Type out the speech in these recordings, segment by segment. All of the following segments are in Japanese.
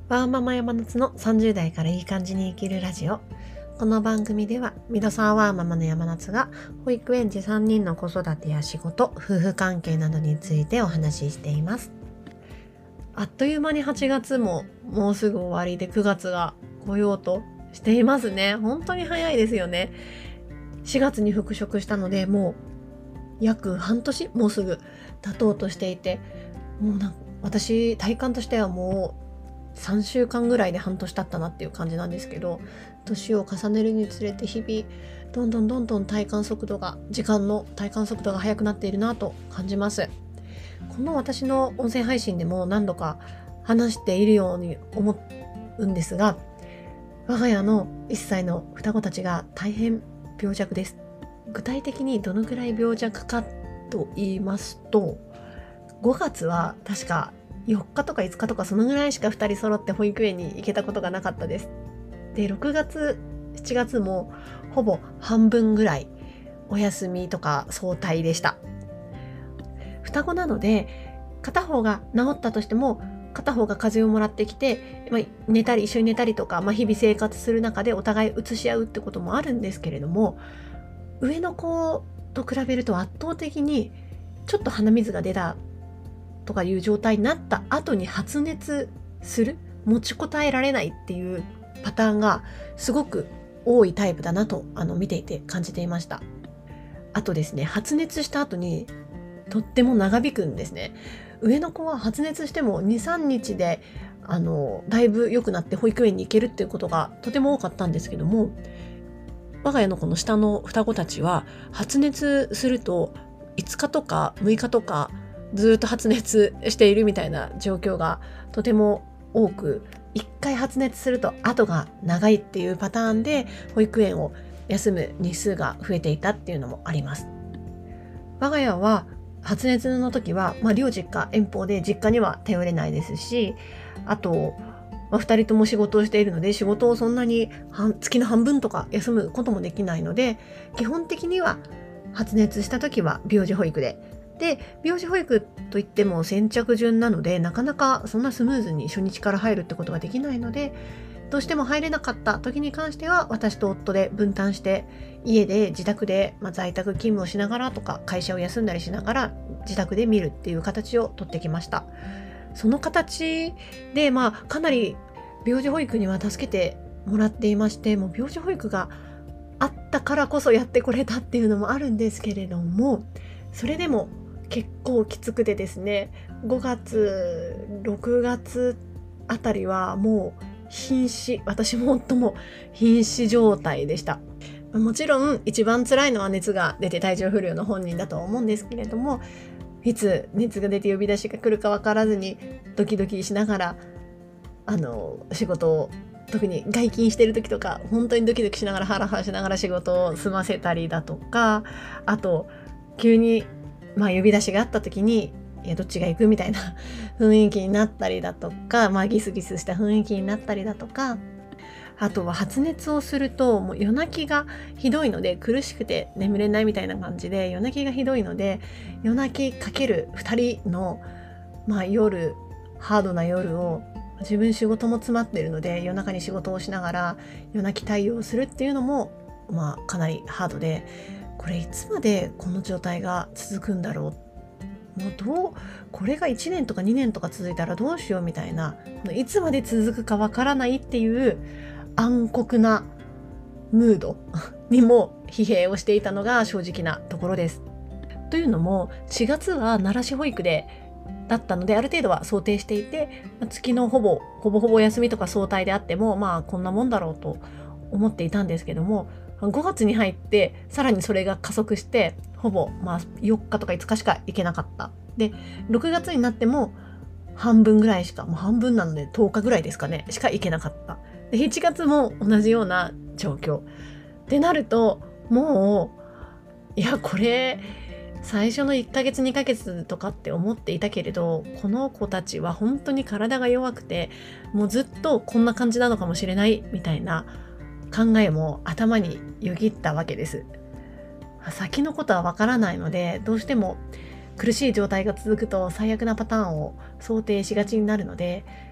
ワーママ山夏の30代からいい感じに生きるラジオ。この番組ではミドサーワーママの山夏が保育園児3人の子育てや仕事、夫婦関係などについてお話ししています。あっという間に8月ももうすぐ終わりで9月が来ようとしていますね。本当に早いですよね。4月に復職したのでもう約半年もうすぐ経とうとしていて、もう私体感としてはもう3週間ぐらいで半年経ったなっていう感じなんですけど、年を重ねるにつれて日々どんどん時間の体感速度が速くなっているなと感じます。この私の音声配信でも何度か話しているように思うんですが、我が家の1歳の双子たちが大変病弱です。具体的にどのくらい病弱かと言いますと、5月は確か4日とか5日とかそのぐらいしか2人揃って保育園に行けたことがなかったです。で、6月、7月もほぼ半分ぐらいお休みとか早退でした。双子なので片方が治ったとしても片方が風邪をもらってきて、一緒に寝たりとか、日々生活する中でお互い移し合うってこともあるんですけれども、上の子と比べると圧倒的にちょっと鼻水が出たとかいう状態になった後に発熱する、持ちこたえられないっていうパターンがすごく多いタイプだなと見ていて感じていました。あとですね、発熱した後にとっても長引くんですね。上の子は発熱しても 2,3 日でだいぶ良くなって保育園に行けるっていうことがとても多かったんですけども、我が家のこの下の双子たちは発熱すると5日とか6日とかずっと発熱しているみたいな状況がとても多く、1回発熱すると後が長いっていうパターンで保育園を休む日数が増えていたっていうのもあります。我が家は発熱の時は、両実家遠方で実家には頼れないですし、あと、2人とも仕事をしているので仕事をそんなに月の半分とか休むこともできないので、基本的には発熱した時は病児保育で、病児保育といっても先着順なのでなかなかそんなスムーズに初日から入るってことができないので、どうしても入れなかった時に関しては私と夫で分担して家で自宅で、在宅勤務をしながらとか会社を休んだりしながら自宅で見るっていう形をとってきました。その形でかなり病児保育には助けてもらっていまして、もう病児保育があったからこそやってこれたっていうのもあるんですけれども、それでも結構きつくてですね、5月6月あたりはもう瀕死、私も夫も瀕死状態でした。もちろん一番辛いのは熱が出て体調不良の本人だとは思うんですけれども、いつ熱が出て呼び出しが来るか分からずにドキドキしながら仕事を、特に外勤してる時とか本当にドキドキしながらハラハラしながら仕事を済ませたりだとか、あと急に呼び出しがあった時にどっちが行くみたいな雰囲気になったりだとか、ギスギスした雰囲気になったりだとか、あとは発熱をするともう夜泣きがひどいので、苦しくて眠れないみたいな感じで夜泣きがひどいので、夜泣きかける2人の夜、ハードな夜を、自分仕事も詰まっているので夜中に仕事をしながら夜泣き対応するっていうのもかなりハードで、これいつまでこの状態が続くんだろう、これが1年とか2年とか続いたらどうしようみたいな、いつまで続くかわからないっていう暗黒なムードにも疲弊をしていたのが正直なところです。というのも4月は奈良市保育だったので、ある程度は想定していて、月のほぼ休みとか早退であってもこんなもんだろうと思っていたんですけども、5月に入ってさらにそれが加速して、ほぼ4日とか5日しか行けなかった。で、6月になっても半分ぐらいしか、もう半分なので10日ぐらいですかね、しか行けなかった。で、7月も同じような状況ってなると、もうこれ最初の1ヶ月2ヶ月とかって思っていたけれど、この子たちは本当に体が弱くてもうずっとこんな感じなのかもしれないみたいな考えも頭によぎったわけです。先のことはわからないので、どうしても苦しい状態が続くと最悪なパターンを想定しがちになるので、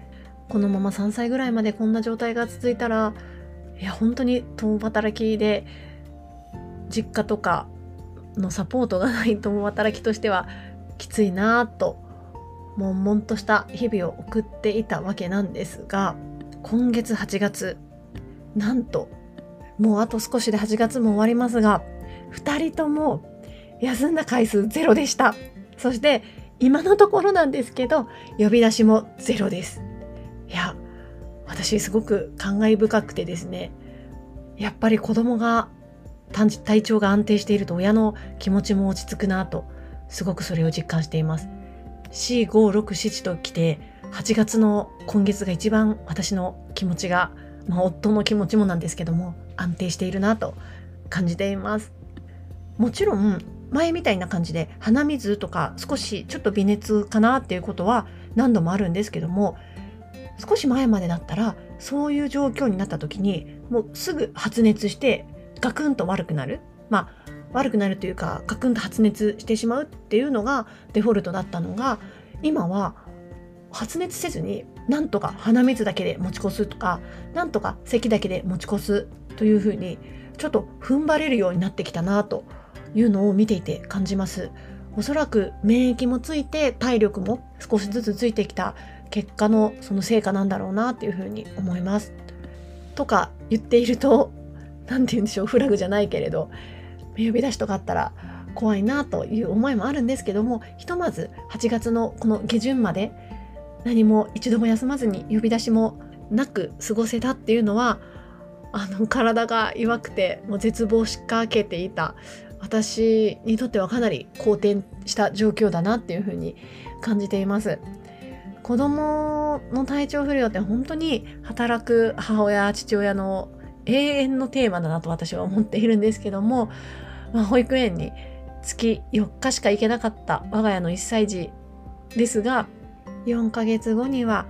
このまま3歳ぐらいまでこんな状態が続いたら、いや本当に共働きで実家とかのサポートがない共働きとしてはきついなぁと悶々とした日々を送っていたわけなんですが、今月8月、なんともうあと少しで8月も終わりますが、2人とも休んだ回数ゼロでした。そして今のところなんですけど、呼び出しもゼロです。いや、私すごく感慨深くてですね、やっぱり子供が体調が安定していると親の気持ちも落ち着くなと、すごくそれを実感しています。4、5、6、7と来て、8月の今月が一番私の気持ちが、夫の気持ちもなんですけども、安定しているなと感じています。もちろん前みたいな感じで鼻水とか少しちょっと微熱かなっていうことは何度もあるんですけども、少し前までだったらそういう状況になった時にもうすぐ発熱してガクンと悪くなる、悪くなるというかガクンと発熱してしまうっていうのがデフォルトだったのが、今は発熱せずになんとか鼻水だけで持ち越すとか、なんとか咳だけで持ち越すというふうにちょっと踏ん張れるようになってきたなというのを見ていて感じます。おそらく免疫もついて体力も少しずつついてきた結果のその成果なんだろうなっていうふうに思います。とか言っていると、なんて言うんでしょう、フラグじゃないけれど呼び出しとかあったら怖いなという思いもあるんですけども、ひとまず8月のこの下旬まで何も一度も休まずに呼び出しもなく過ごせたっていうのは、体が弱くてもう絶望しかけていた私にとってはかなり好転した状況だなっていうふうに感じています。子供の体調不良って本当に働く母親父親の永遠のテーマだなと私は思っているんですけども、保育園に月4日しか行けなかった我が家の1歳児ですが、4ヶ月後には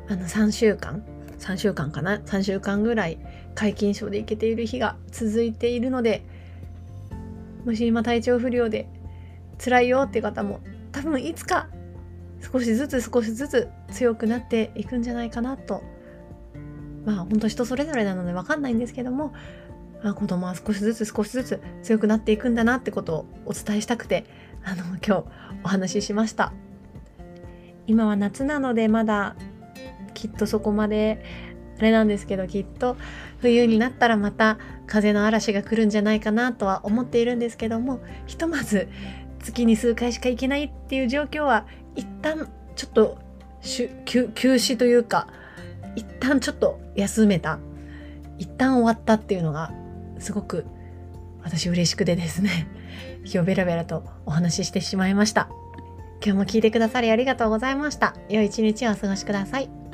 3週間ぐらい皆勤賞で行けている日が続いているので、もし今体調不良で辛いよっていう方も多分いつか少しずつ強くなっていくんじゃないかなと、本当人それぞれなので分かんないんですけども、子供は少しずつ強くなっていくんだなってことをお伝えしたくて今日お話ししました。今は夏なのでまだきっとそこまであれなんですけど、きっと冬になったらまた風の嵐が来るんじゃないかなとは思っているんですけども、ひとまず月に数回しか行けないっていう状況は一旦ちょっと休止というか、一旦ちょっと休めた、一旦終わったっていうのがすごく私嬉しくてですね、今日ベラベラとお話ししてしまいました。今日も聞いてくださりありがとうございました。良い一日をお過ごしください。